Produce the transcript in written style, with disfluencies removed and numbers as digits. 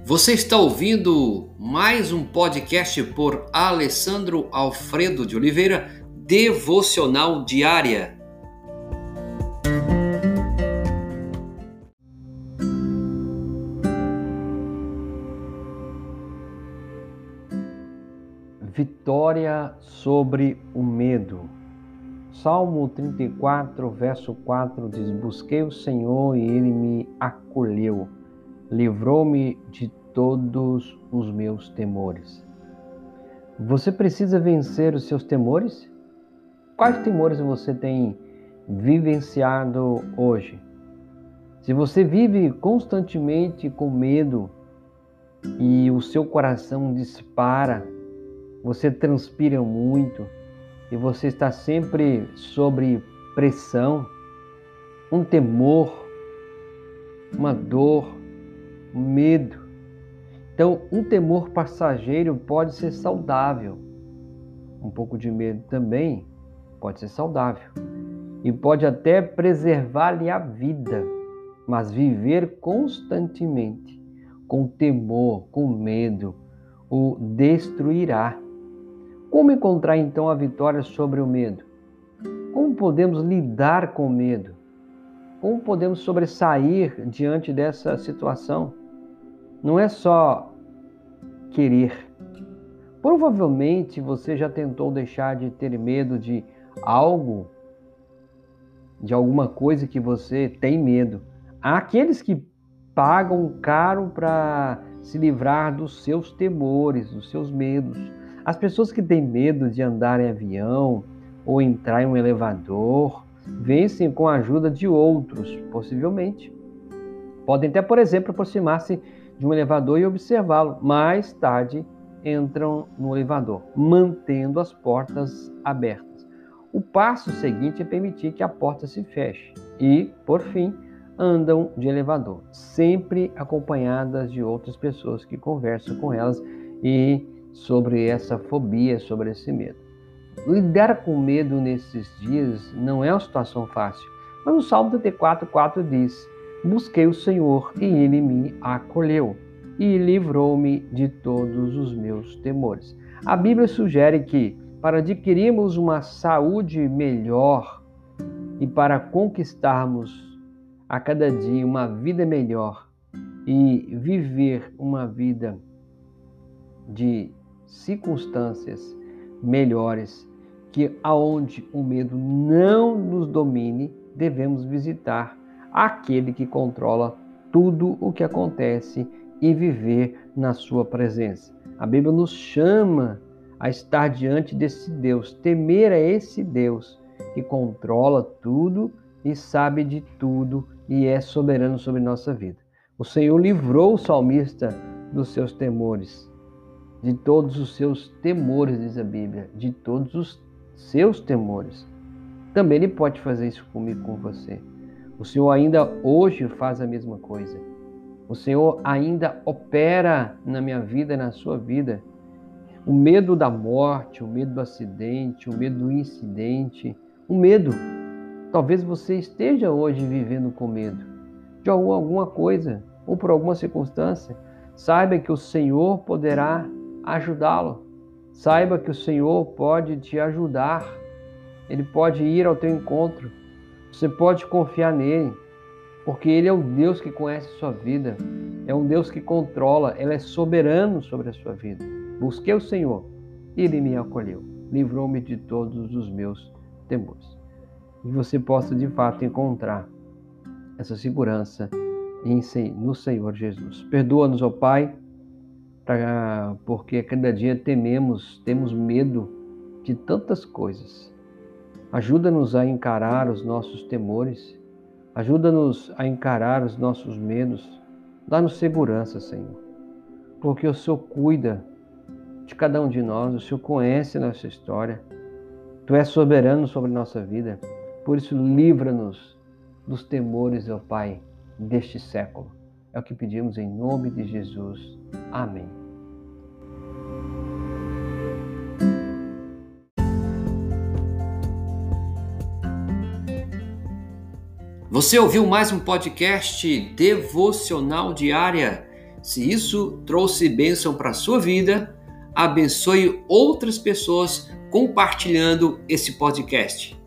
Você está ouvindo mais um podcast por Alessandro Alfredo de Oliveira, Devocional Diária. Vitória sobre o medo. Salmo 34, verso 4 diz: Busquei o Senhor e Ele me acolheu, livrou-me de todos os meus temores. Você precisa vencer os seus temores? Quais temores você tem vivenciado hoje? Se você vive constantemente com medo e o seu coração dispara, você transpira muito e você está sempre sob pressão, um temor, uma dor, um medo. Então, um temor passageiro pode ser saudável. Um pouco de medo também pode ser saudável. E pode até preservar-lhe a vida. Mas viver constantemente com temor, com medo, o destruirá. Como encontrar então a vitória sobre o medo? Como podemos lidar com o medo? Como podemos sobressair diante dessa situação? Não é só querer. Provavelmente você já tentou deixar de ter medo de algo, de alguma coisa que você tem medo. Há aqueles que pagam caro para se livrar dos seus temores, dos seus medos. As pessoas que têm medo de andar em avião ou entrar em um elevador vencem com a ajuda de outros, possivelmente. Podem até, por exemplo, aproximar-se de um elevador e observá-lo. Mais tarde entram no elevador, mantendo as portas abertas. O passo seguinte é permitir que a porta se feche e, por fim, andam de elevador, sempre acompanhadas de outras pessoas que conversam com elas e sobre essa fobia, sobre esse medo. Lidar com medo nesses dias não é uma situação fácil, mas o Salmo 34:4 diz: Busquei o Senhor e Ele me acolheu e livrou-me de todos os meus temores. A Bíblia sugere que para adquirirmos uma saúde melhor e para conquistarmos a cada dia uma vida melhor e viver uma vida de circunstâncias melhores, que aonde o medo não nos domine, devemos visitar aquele que controla tudo o que acontece e viver na sua presença. A Bíblia nos chama a estar diante desse Deus, temer a esse Deus que controla tudo e sabe de tudo e é soberano sobre nossa vida. O Senhor livrou o salmista dos seus temores, de todos os seus temores, diz a Bíblia, de todos os seus temores. Também Ele pode fazer isso comigo, com você. O Senhor ainda hoje faz a mesma coisa. O Senhor ainda opera na minha vida, na sua vida. O medo da morte, o medo do acidente, o medo do incidente, o medo. Talvez você esteja hoje vivendo com medo de alguma coisa ou por alguma circunstância. Saiba que o Senhor poderá ajudá-lo. Saiba que o Senhor pode te ajudar. Ele pode ir ao teu encontro. Você pode confiar nele, porque Ele é o Deus que conhece a sua vida. É um Deus que controla. Ele é soberano sobre a sua vida. Busquei o Senhor e Ele me acolheu. Livrou-me de todos os meus temores. E você possa, de fato, encontrar essa segurança no Senhor Jesus. Perdoa-nos, ó Pai, porque a cada dia temos medo de tantas coisas. Ajuda-nos a encarar os nossos temores. Ajuda-nos a encarar os nossos medos. Dá-nos segurança, Senhor, porque o Senhor cuida de cada um de nós. O Senhor conhece a nossa história. Tu és soberano sobre a nossa vida. Por isso, livra-nos dos temores, ó Pai, deste século. É o que pedimos em nome de Jesus. Amém. Você ouviu mais um podcast Devocional Diária? Se isso trouxe bênção para a sua vida, abençoe outras pessoas compartilhando esse podcast.